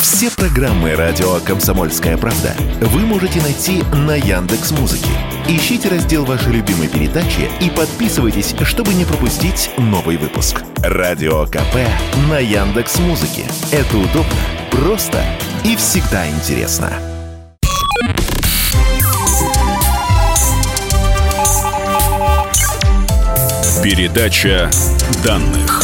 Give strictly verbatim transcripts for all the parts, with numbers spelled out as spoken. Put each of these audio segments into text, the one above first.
Все программы радио «Комсомольская правда» вы можете найти на Яндекс.Музыке. Ищите раздел вашей любимой передачи и подписывайтесь, чтобы не пропустить новый выпуск. Радио КП на Яндекс.Музыке. Это удобно, просто и всегда интересно. Передача данных.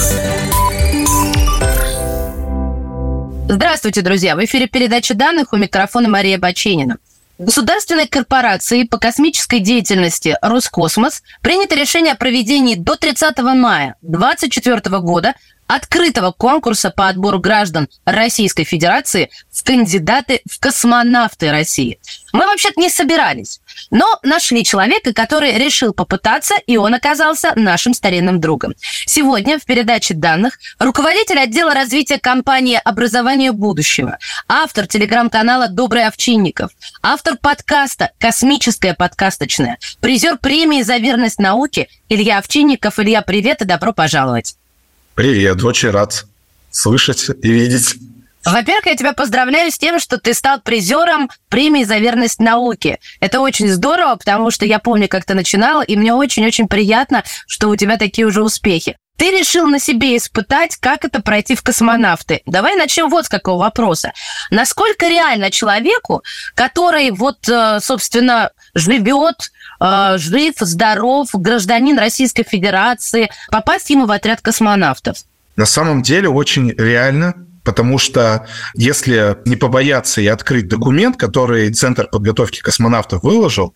Здравствуйте, друзья! В эфире передача данных, у микрофона Мария Баченина. Государственной корпорацией по космической деятельности «Роскосмос» принято решение о проведении до тридцатого мая две тысячи двадцать четвёртого года открытого конкурса по отбору граждан Российской Федерации в кандидаты в космонавты России. Мы вообще-то не собирались, но нашли человека, который решил попытаться, и он оказался нашим старинным другом. Сегодня в передаче данных руководитель отдела развития компании «Образование будущего», автор телеграм-канала «Добрый Овчинников», автор подкаста «Космическая подкасточная», призер премии за верность науке Илья Овчинников. Илья, привет и добро пожаловать. Привет, очень рад слышать и видеть. Во-первых, я тебя поздравляю с тем, что ты стал призером премии за верность науке. Это очень здорово, потому что я помню, как ты начинала, и мне очень-очень приятно, что у тебя такие уже успехи. Ты решил на себе испытать, как это пройти в космонавты. Давай начнем вот с какого вопроса. Насколько реально человеку, который вот, собственно, живет, жив, здоров, гражданин Российской Федерации, попасть ему в отряд космонавтов? На самом деле очень реально, потому что если не побояться и открыть документ, который Центр подготовки космонавтов выложил,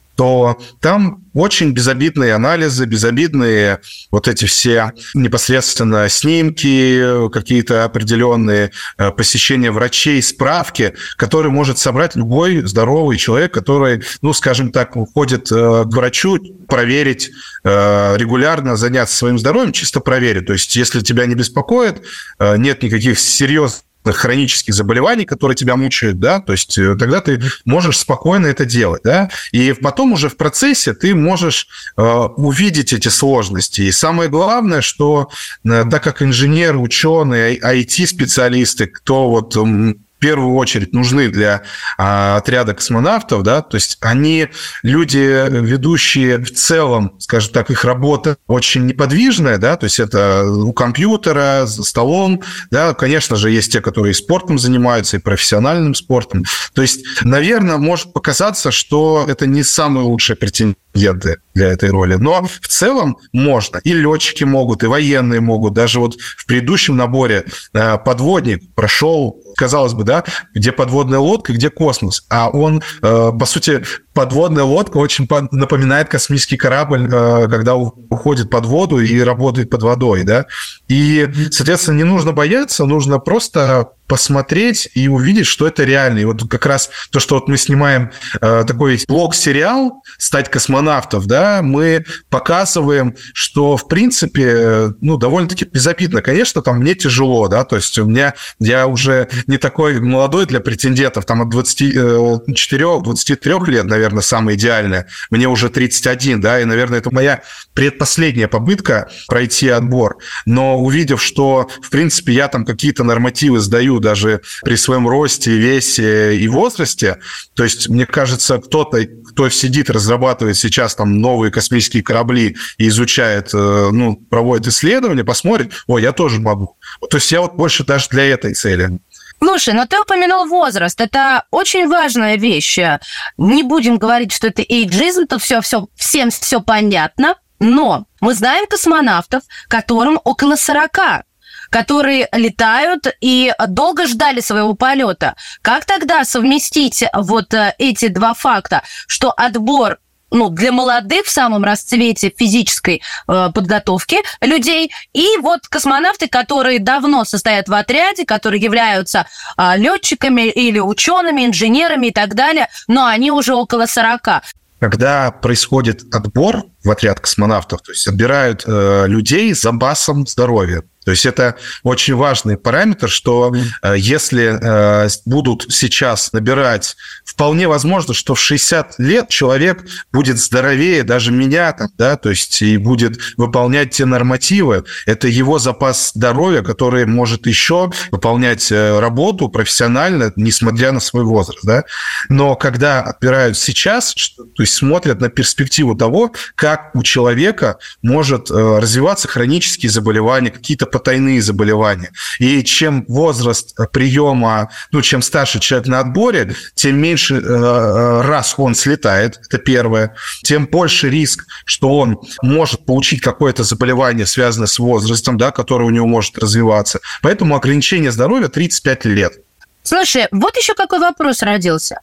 то там очень безобидные анализы, безобидные вот эти все непосредственно снимки, какие-то определенные посещения врачей, справки, которые может собрать любой здоровый человек, который, ну, скажем так, ходит к врачу проверить регулярно, заняться своим здоровьем, чисто проверить. То есть если тебя не беспокоит, нет никаких серьезных хронических заболеваний, которые тебя мучают, да, то есть тогда ты можешь спокойно это делать, да, и потом уже в процессе ты можешь э, увидеть эти сложности. И самое главное, что э, так как инженеры, ученые, ай ти-специалисты, кто вот в первую очередь нужны для а, отряда космонавтов, да, то есть они люди, ведущие в целом, скажем так, их работа очень неподвижная, да, то есть это у компьютера, за столом, да, конечно же, есть те, которые и спортом занимаются, и профессиональным спортом. То есть, наверное, может показаться, что это не самые лучшие претенденты для этой роли, но в целом можно. И летчики могут, и военные могут. Даже вот в предыдущем наборе а, подводник прошел, казалось бы, да, где подводная лодка, где космос. А он, э, по сути, подводная лодка очень напоминает космический корабль, э, когда уходит под воду и работает под водой, да. И, соответственно, не нужно бояться, нужно просто посмотреть и увидеть, что это реально. И вот как раз то, что вот мы снимаем э, такой блог-сериал «Стать космонавтом», да, мы показываем, что, в принципе, ну, довольно-таки безобидно. Конечно, там мне тяжело, да, то есть у меня, я уже не такой молодой для претендентов, там от двадцати четырёх - двадцати трёх лет, наверное, самое идеальное. Мне уже тридцать один, да, и, наверное, это моя предпоследняя попытка пройти отбор. Но увидев, что, в принципе, я там какие-то нормативы сдаю даже при своем росте, весе и возрасте, то есть, мне кажется, кто-то, кто сидит, разрабатывает сейчас там новые космические корабли и изучает, ну, проводит исследования, посмотрит, ой, я тоже могу. То есть, я вот больше даже для этой цели. Слушай, но ты упомянул возраст. Это очень важная вещь. Не будем говорить, что это эйджизм, тут все, все, всем все понятно, но мы знаем космонавтов, которым около сорока, которые летают и долго ждали своего полета. Как тогда совместить вот эти два факта, что отбор, ну, для молодых в самом расцвете физической э, подготовки людей, и вот космонавты, которые давно состоят в отряде, которые являются э, летчиками или учеными, инженерами и так далее, но они уже около сорока. Когда происходит отбор в отряд космонавтов, то есть отбирают э, людей с запасом здоровья, То есть это очень важный параметр, что э, если э, будут сейчас набирать, вполне возможно, что в шестьдесят лет человек будет здоровее даже меня, там, да, то есть и будет выполнять те нормативы. Это его запас здоровья, который может еще выполнять э, работу профессионально, несмотря на свой возраст, да. Но когда отбирают сейчас, то есть смотрят на перспективу того, как у человека может э, развиваться хронические заболевания, какие-то потайные заболевания. И чем возраст приема, ну, чем старше человек на отборе, тем меньше э, раз он слетает, это первое, тем больше риск, что он может получить какое-то заболевание, связанное с возрастом, да, которое у него может развиваться. Поэтому ограничение здоровья тридцать пять лет. Слушай, вот еще какой вопрос родился.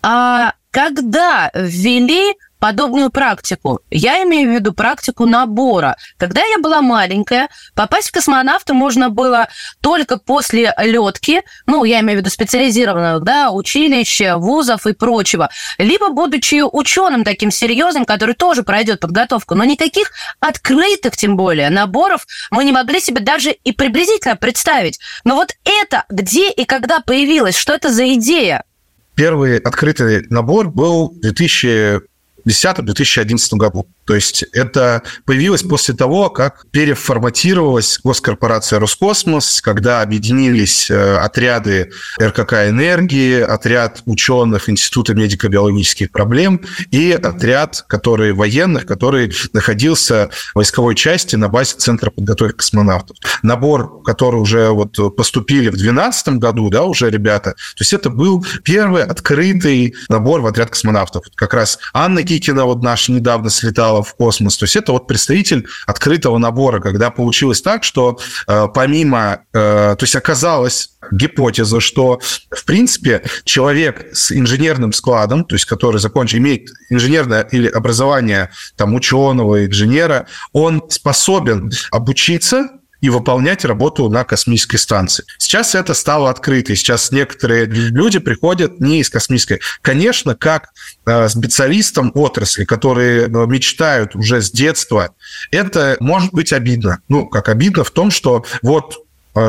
А когда ввели подобную практику? Я имею в виду практику набора. Когда я была маленькая, попасть в космонавты можно было только после летки, ну, я имею в виду специализированных, да, училищ, вузов и прочего, либо будучи ученым таким серьезным, который тоже пройдет подготовку, но никаких открытых, тем более, наборов мы не могли себе даже и приблизительно представить. Но вот это где и когда появилось? Что это за идея? Первый открытый набор был в две тысячи десятом - две тысячи одиннадцатом году. То есть это появилось после того, как переформатировалась госкорпорация Роскосмос, когда объединились отряды эр ка ка «Энергии», отряд ученых Института медико-биологических проблем и отряд который, военных, который находился в войсковой части на базе Центра подготовки космонавтов. Набор, который уже вот поступили в две тысячи двенадцатом году, да, уже ребята, то есть это был первый открытый набор в отряд космонавтов. Как раз Анна Кикина вот наша недавно слетала в космос. То есть это вот представитель открытого набора, когда получилось так, что э, помимо... Э, то есть оказалась гипотеза, что, в принципе, человек с инженерным складом, то есть который закончил, имеет инженерное или образование там, ученого, инженера, он способен обучиться и выполнять работу на космической станции. Сейчас это стало открыто. Сейчас некоторые люди приходят не из космической. Конечно, как э, специалистам отрасли, которые мечтают уже с детства, это может быть обидно. Ну, как обидно в том, что вот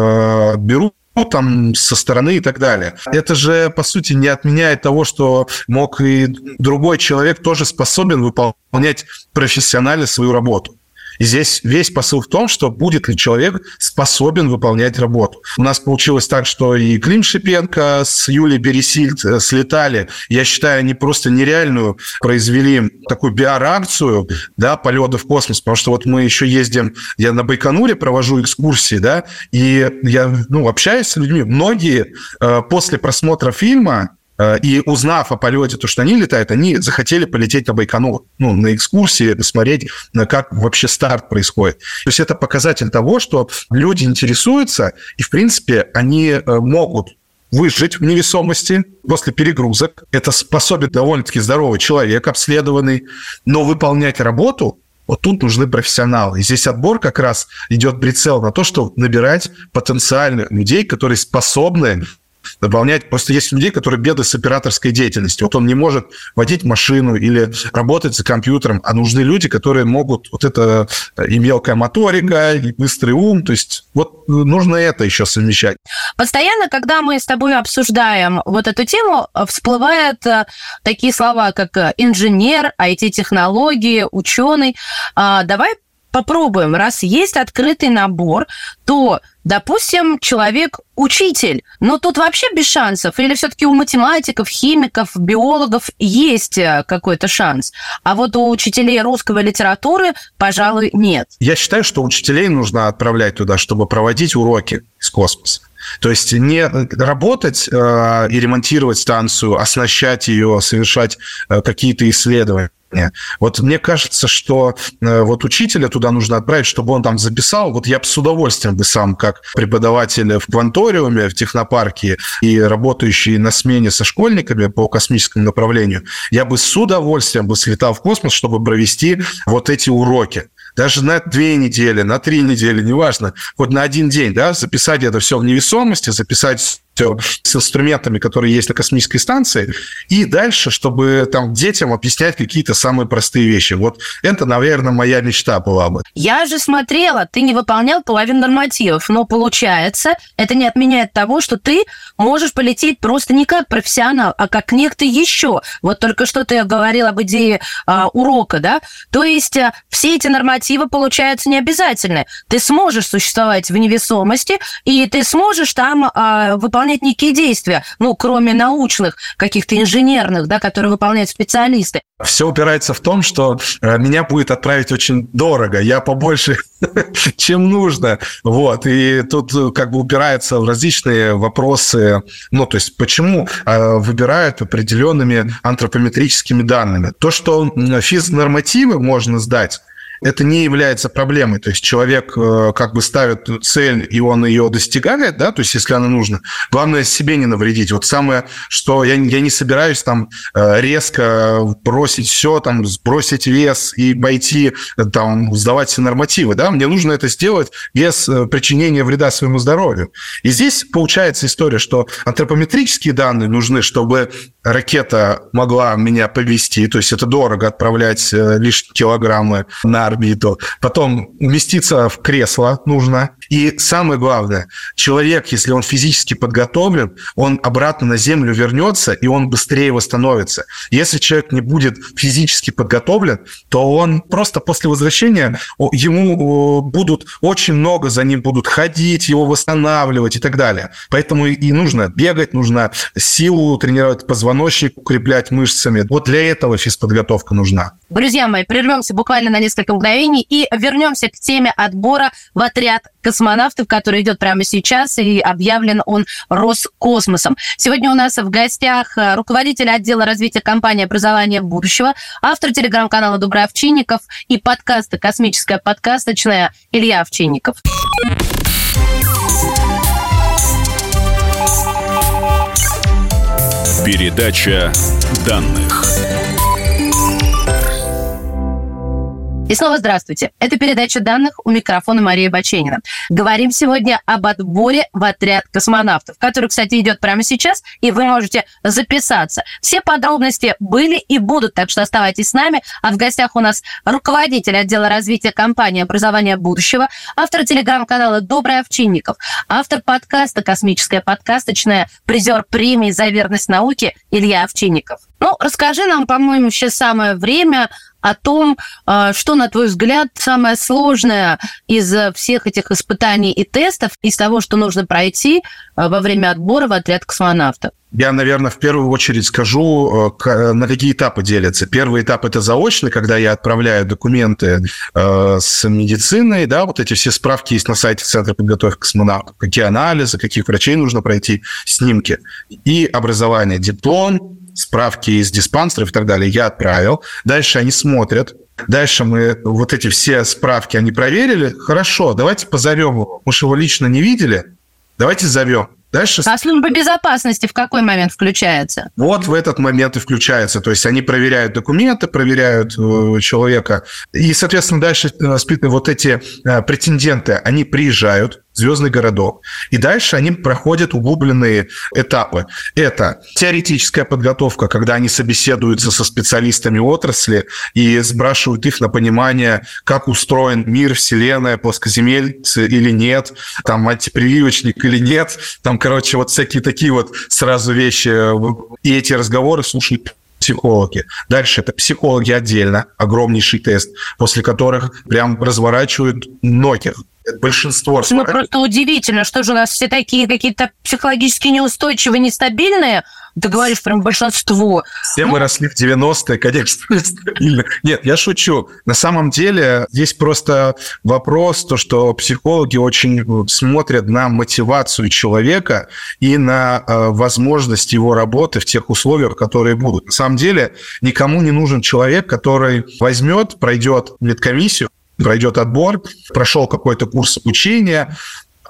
э, берут там со стороны и так далее. Это же, по сути, не отменяет того, что мог и другой человек тоже способен выполнять профессионально свою работу. И здесь весь посыл в том, что будет ли человек способен выполнять работу. У нас получилось так, что и Клим Шипенко с Юлией Бересильд слетали. Я считаю, они просто нереальную произвели такую биоакцию, да, полета в космос, потому что вот мы еще ездим, я на Байконуре провожу экскурсии, да, и я, ну, общаюсь с людьми. Многие э, после просмотра фильма и узнав о полете, то, что они летают, они захотели полететь на Байконур, ну, на экскурсии, посмотреть, как вообще старт происходит. То есть это показатель того, что люди интересуются, и, в принципе, они могут выжить в невесомости после перегрузок. Это способен довольно-таки здоровый человек, обследованный, но выполнять работу вот тут нужны профессионалы. И здесь отбор как раз идет прицел на то, чтобы набирать потенциальных людей, которые способны дополнять. Просто есть людей, которые бедны с операторской деятельностью. Вот он не может водить машину или работать за компьютером, а нужны люди, которые могут вот это и мелкая моторика, и быстрый ум. То есть вот нужно это еще совмещать. Постоянно, когда мы с тобой обсуждаем вот эту тему, всплывают такие слова, как инженер, ай ти-технологии, ученый. Давай попробуем. Раз есть открытый набор, то, допустим, человек учитель, но тут вообще без шансов? Или все-таки у математиков, химиков, биологов есть какой-то шанс? А вот у учителей русской литературы, пожалуй, нет. Я считаю, что учителей нужно отправлять туда, чтобы проводить уроки из космоса. То есть не работать э, и ремонтировать станцию, оснащать ее, совершать э, какие-то исследования. Вот мне кажется, что э, вот учителя туда нужно отправить, чтобы он там записал. Вот я бы с удовольствием бы сам, как преподаватель в кванториуме, в технопарке и работающий на смене со школьниками по космическому направлению, я бы с удовольствием бы слетал в космос, чтобы провести вот эти уроки. Даже на две недели, на три недели, неважно, хоть на один день, да, записать это все в невесомости, записать все с инструментами, которые есть на космической станции, и дальше, чтобы там детям объяснять какие-то самые простые вещи. Вот это, наверное, моя мечта была бы. Я же смотрела, ты не выполнял половину нормативов, но получается, это не отменяет того, что ты можешь полететь просто не как профессионал, а как некто еще. Вот только что ты говорил об идее а, урока, да? То есть а, все эти нормативы, получаются, не обязательны. Ты сможешь существовать в невесомости, и ты сможешь там а, выполнять некие действия, ну, кроме научных, каких-то инженерных, да, которые выполняют специалисты. Все упирается в том, что меня будет отправить очень дорого, я побольше, чем нужно, вот, и тут как бы упирается в различные вопросы, ну, то есть почему выбирают определенными антропометрическими данными. То, что физнормативы можно сдать, это не является проблемой. То есть человек как бы ставит цель, и он ее достигает, да, то есть если она нужна. Главное, себе не навредить. Вот самое, что я, я не собираюсь там резко бросить все, там, сбросить вес и пойти там сдавать все нормативы, да. Мне нужно это сделать без причинения вреда своему здоровью. И здесь получается история, что антропометрические данные нужны, чтобы ракета могла меня повезти, то есть это дорого отправлять лишние килограммы на орбиту. Потом уместиться в кресло нужно. И самое главное, человек, если он физически подготовлен, он обратно на Землю вернется, и он быстрее восстановится. Если человек не будет физически подготовлен, то он просто после возвращения, ему будут очень много, за ним будут ходить, его восстанавливать и так далее. Поэтому и нужно бегать, нужно силу тренировать, позвоночник укреплять мышцами. Вот для этого физподготовка нужна. Друзья мои, прервемся буквально на несколько мгновений и вернемся к теме отбора в отряд космонавтов, который идет прямо сейчас, и объявлен он Роскосмосом. Сегодня у нас в гостях руководитель отдела развития компании «Образование будущего», автор телеграм-канала «Добрый Овчинников» и подкаста «Космическая подкасточная» Илья Овчинников. Передача данных. И снова здравствуйте. Это передача данных, у микрофона Мария Баченина. Говорим сегодня об отборе в отряд космонавтов, который, кстати, идет прямо сейчас, и вы можете записаться. Все подробности были и будут, так что оставайтесь с нами. А в гостях у нас руководитель отдела развития компании «Образование будущего», автор телеграм-канала «Добрый Овчинников», автор подкаста «Космическая подкасточная», призер премии за верность науке Илья Овчинников. Ну, расскажи нам, по-моему, сейчас самое время о том, что, на твой взгляд, самое сложное из всех этих испытаний и тестов, из того, что нужно пройти во время отбора в отряд космонавтов. Я, наверное, в первую очередь скажу, на какие этапы делятся. Первый этап – это заочный, когда я отправляю документы с медициной, да, вот эти все справки есть на сайте Центра подготовки космонавтов, какие анализы, каких врачей нужно пройти, снимки. И образование, диплом, справки из диспансеров и так далее я отправил. Дальше они смотрят. Дальше мы вот эти все справки они проверили. Хорошо, давайте позовем его. Мы же его лично не видели. Давайте зовем. Дальше... А служба безопасности в какой момент включается? Вот в этот момент и включается. То есть они проверяют документы, проверяют э, человека. И, соответственно, дальше э, вот эти э, претенденты, они приезжают в звездный городок. И дальше они проходят углубленные этапы. Это теоретическая подготовка, когда они собеседуются со специалистами отрасли и спрашивают их на понимание, как устроен мир, Вселенная, плоскоземельцы или нет, там антипрививочник или нет. Там, короче, вот всякие такие вот сразу вещи. И эти разговоры слушают психологи. Дальше это психологи отдельно, огромнейший тест, после которых прям разворачивают многих. Большинство. Ну, просто удивительно, что же у нас все такие какие-то психологически неустойчивые, нестабильные. Ты говоришь прям большинство. Все мы росли в девяностые, конечно, нестабильно. Нет, я шучу. На самом деле здесь просто вопрос, то, что психологи очень смотрят на мотивацию человека и на э, возможность его работы в тех условиях, которые будут. На самом деле никому не нужен человек, который возьмет, пройдет медкомиссию, пройдет отбор, прошел какой-то курс обучения,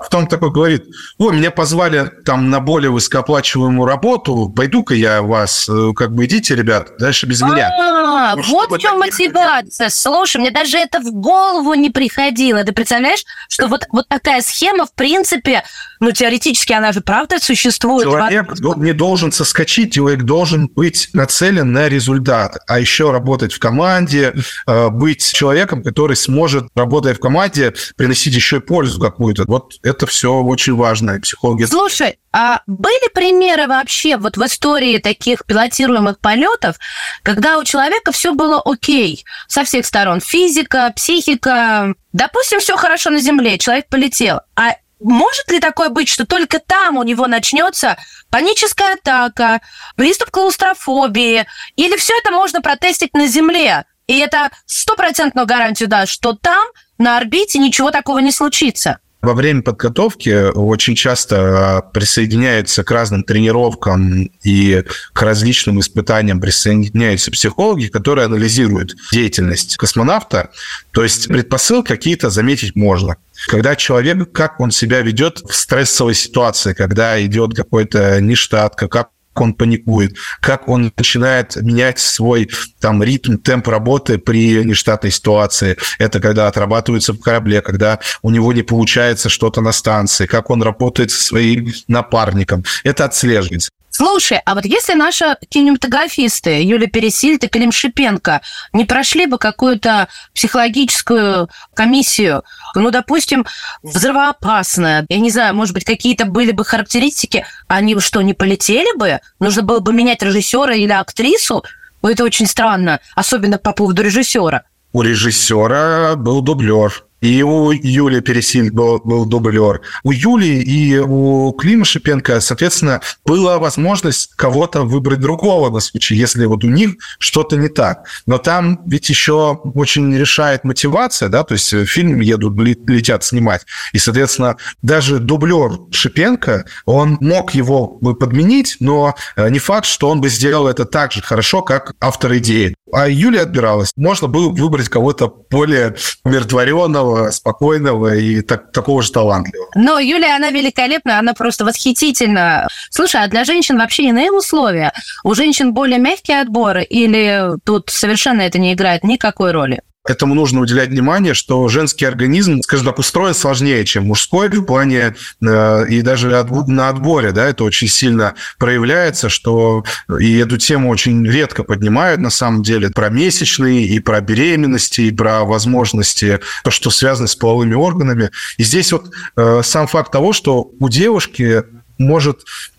Потом такой говорит: о, меня позвали там на более высокооплачиваемую работу, пойду-ка я вас, как бы идите, ребят, дальше без меня. А, ну, вот в чем мотивация. Слушай, мне даже это в голову не приходило. Ты представляешь, что вот, вот такая схема, в принципе, ну, теоретически она же правда существует. Человек не должен соскочить, человек должен быть нацелен на результат, а еще работать в команде, быть человеком, который сможет, работая в команде, приносить еще и пользу какую-то. Вот это все очень важно. Психологи... Слушай, а были примеры вообще вот в истории таких пилотируемых полетов, когда у человека все было окей со всех сторон? Физика, психика. Допустим, все хорошо на Земле, человек полетел. А может ли такое быть, что только там у него начнется паническая атака, приступ клаустрофобии, или все это можно протестить на Земле? И это стопроцентную гарантию даст, что там, на орбите, ничего такого не случится. Во время подготовки очень часто присоединяются к разным тренировкам и к различным испытаниям присоединяются психологи, которые анализируют деятельность космонавта. То есть предпосылки какие-то заметить можно. Когда человек, как он себя ведет в стрессовой ситуации, когда идет какой-то нештатка, как он паникует, как он начинает менять свой там ритм, темп работы при нештатной ситуации. Это когда отрабатывается в корабле, когда у него не получается что-то на станции, как он работает со своим напарником. Это отслеживается. Слушай, а вот если наши кинематографисты Юлия Пересильд и Клим Шипенко не прошли бы какую-то психологическую комиссию, ну, допустим, взрывоопасная, я не знаю, может быть, какие-то были бы характеристики, они что, не полетели бы? Нужно было бы менять режиссера или актрису? Ну, это очень странно, особенно по поводу режиссера. У режиссера был дублер. И у Юлии Пересильд был, был дублер. У Юли и у Клима Шипенко, соответственно, была возможность кого-то выбрать другого на случай, если вот у них что-то не так. Но там ведь еще очень решает мотивация, да, то есть фильм едут, летят снимать. И, соответственно, даже дублер Шипенко, он мог его бы подменить, но не факт, что он бы сделал это так же хорошо, как автор идеи. А Юлия отбиралась. Можно было выбрать кого-то более умиротворенного, спокойного и так, такого же талантливого. Но Юлия, она великолепна, она просто восхитительна. Слушай, а для женщин вообще иные условия? У женщин более мягкий отбор или тут совершенно это не играет никакой роли? Этому нужно уделять внимание, что женский организм, скажем так, устроен сложнее, чем мужской в плане, э, и даже от, на отборе, да, это очень сильно проявляется, что и эту тему очень редко поднимают, на самом деле, про месячные, и про беременности, и про возможности, то, что связано с половыми органами. И здесь вот э, сам факт того, что у девушки может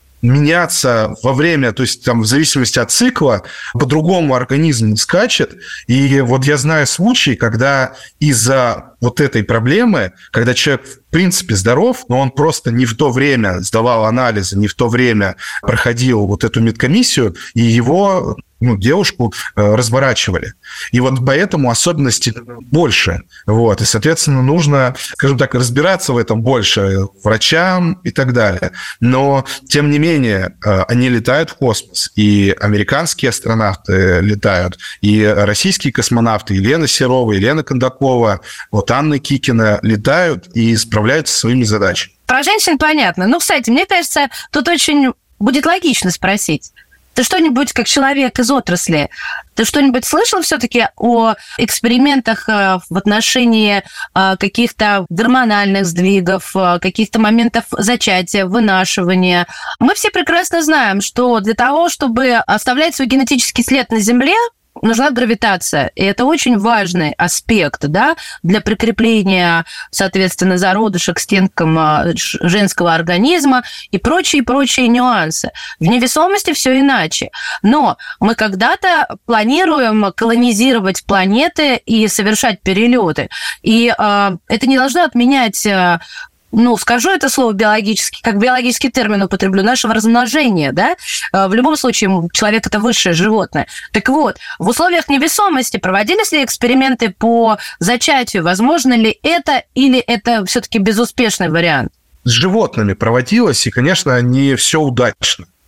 меняться во время, то есть там в зависимости от цикла, по-другому организм скачет. И вот я знаю случаи, когда из-за вот этой проблемы, когда человек в принципе здоров, но он просто не в то время сдавал анализы, не в то время проходил вот эту медкомиссию, и его, ну, девушку э, разворачивали. И вот поэтому особенностей больше. Вот. И, соответственно, нужно, скажем так, разбираться в этом больше врачам и так далее. Но, тем не менее, э, они летают в космос. И американские астронавты летают, и российские космонавты, и Лена Серова, и Лена Кондакова, вот Анна Кикина летают и справляются со своими задачами. Про женщин понятно. Ну, кстати, мне кажется, тут очень будет логично спросить. Ты что-нибудь, как человек из отрасли, ты что-нибудь слышал все-таки о экспериментах в отношении каких-то гормональных сдвигов, каких-то моментов зачатия, вынашивания? Мы все прекрасно знаем, что для того, чтобы оставлять свой генетический след на Земле, нужна гравитация, и это очень важный аспект, да, для прикрепления, соответственно, зародыша к стенкам женского организма и прочие-прочие нюансы. В невесомости все иначе. Но мы когда-то планируем колонизировать планеты и совершать перелеты. И э, это не должно отменять... Э, ну, скажу это слово биологически, как биологический термин употреблю, нашего размножения, да? В любом случае, человек – это высшее животное. Так вот, в условиях невесомости проводились ли эксперименты по зачатию? Возможно ли это, или это все-таки безуспешный вариант? С животными проводилось, и, конечно, не все удачно.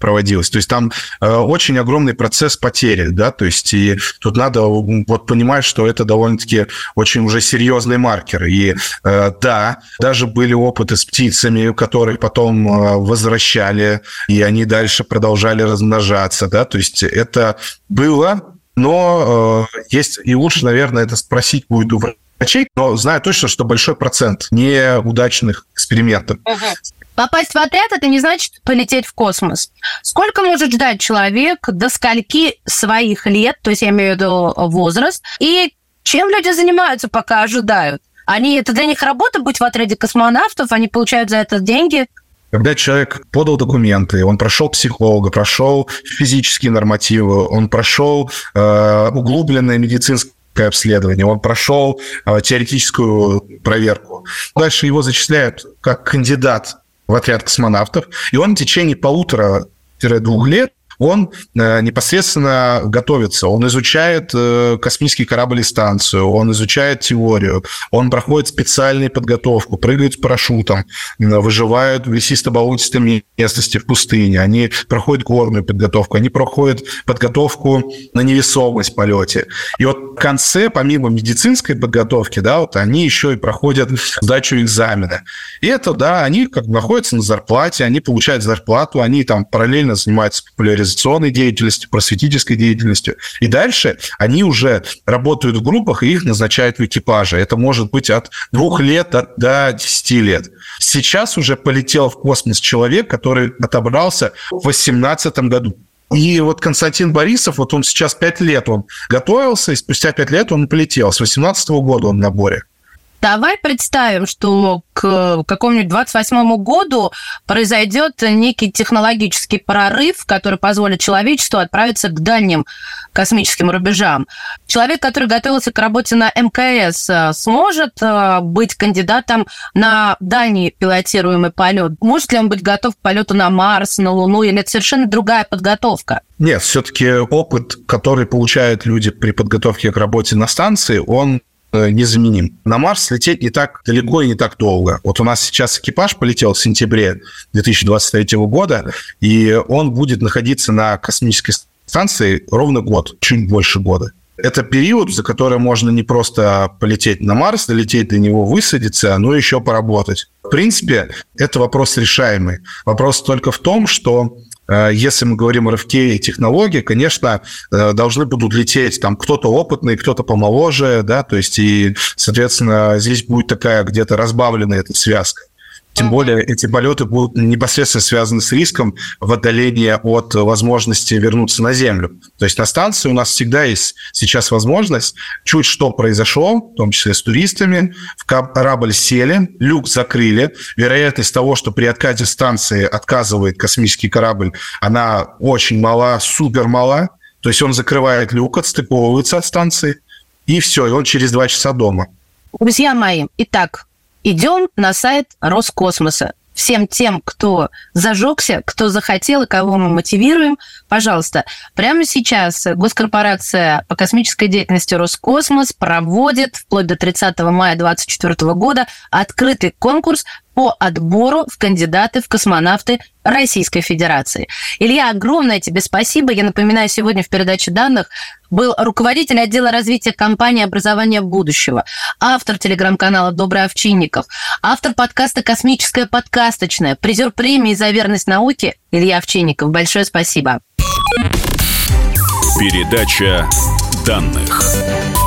проводилось. То есть там э, очень огромный процесс потери, да, то есть и тут надо вот понимать, что это довольно-таки очень уже серьезный маркер. И э, да, даже были опыты с птицами, которые потом э, возвращали, и они дальше продолжали размножаться, да, то есть это было, но э, есть, и лучше, наверное, это спросить будет у врачей, но знаю точно, что большой процент неудачных экспериментов. Попасть в отряд – это не значит полететь в космос. Сколько может ждать человек, до скольки своих лет, то есть я имею в виду возраст, и чем люди занимаются, пока ожидают? Они, это для них работа быть в отряде космонавтов, они получают за это деньги. Когда человек подал документы, он прошел психолога, прошел физические нормативы, он прошел э, углубленное медицинское обследование, он прошел э, теоретическую проверку. Дальше его зачисляют как кандидат в отряд космонавтов, и он в течение полутора-двух лет он э, непосредственно готовится, он изучает э, космический корабль и станцию, он изучает теорию, он проходит специальную подготовку, прыгает с парашютом, э, выживают в лесисто-болотистой местности, в пустыне, они проходят горную подготовку, они проходят подготовку на невесомость в полете. И вот в конце, помимо медицинской подготовки, да, вот они еще и проходят сдачу экзамена. И это, да, они как бы находятся на зарплате, они получают зарплату, они там параллельно занимаются популяризацией деятельностью, просветительской деятельностью. И дальше они уже работают в группах, и их назначают в экипаже. Это может быть от двух лет до десяти лет. Сейчас уже полетел в космос человек, который отобрался в восемнадцатом году. И вот Константин Борисов, вот он сейчас пять лет он готовился, и спустя пять лет он полетел. С восемнадцатого года он в наборе. Давай представим, что к какому-нибудь двадцать восьмому году произойдет некий технологический прорыв, который позволит человечеству отправиться к дальним космическим рубежам. Человек, который готовился к работе на эм ка эс, сможет быть кандидатом на дальний пилотируемый полет? Может ли он быть готов к полету на Марс, на Луну, или это совершенно другая подготовка? Нет, все-таки опыт, который получают люди при подготовке к работе на станции, он незаменим. На Марс лететь не так далеко и не так долго. Вот у нас сейчас экипаж полетел в сентябре две тысячи двадцать третьего года, и он будет находиться на космической станции ровно год, чуть больше года. Это период, за который можно не просто полететь на Марс, долететь до него, высадиться, но еще поработать. В принципе, это вопрос решаемый. Вопрос только в том, что если мы говорим о рывке и технологии, конечно, должны будут лететь там кто-то опытный, кто-то помоложе, да, то есть и, соответственно, здесь будет такая где-то разбавленная эта связка. Тем более эти полеты будут непосредственно связаны с риском в отдалении от возможности вернуться на Землю. То есть на станции у нас всегда есть сейчас возможность, чуть что произошло, в том числе с туристами, в корабль сели, люк закрыли. Вероятность того, что при откате станции отказывает космический корабль, она очень мала, супер мала. То есть он закрывает люк, отстыковывается от станции, и все, и он через два часа дома. Друзья мои, итак, идем на сайт Роскосмоса. Всем тем, кто зажегся, кто захотел и кого мы мотивируем, пожалуйста, прямо сейчас госкорпорация по космической деятельности Роскосмос проводит вплоть до тридцатого мая две тысячи двадцать четвёртого года открытый конкурс по отбору в кандидаты в космонавты Российской Федерации. Илья, огромное тебе спасибо. Я напоминаю, сегодня в передаче данных был руководитель отдела развития компании «Образование будущего», автор телеграм-канала «Добрый Овчинников», автор подкаста «Космическая подкасточная», призер премии за верность науке Илья Овчинников. Большое спасибо. Передача данных.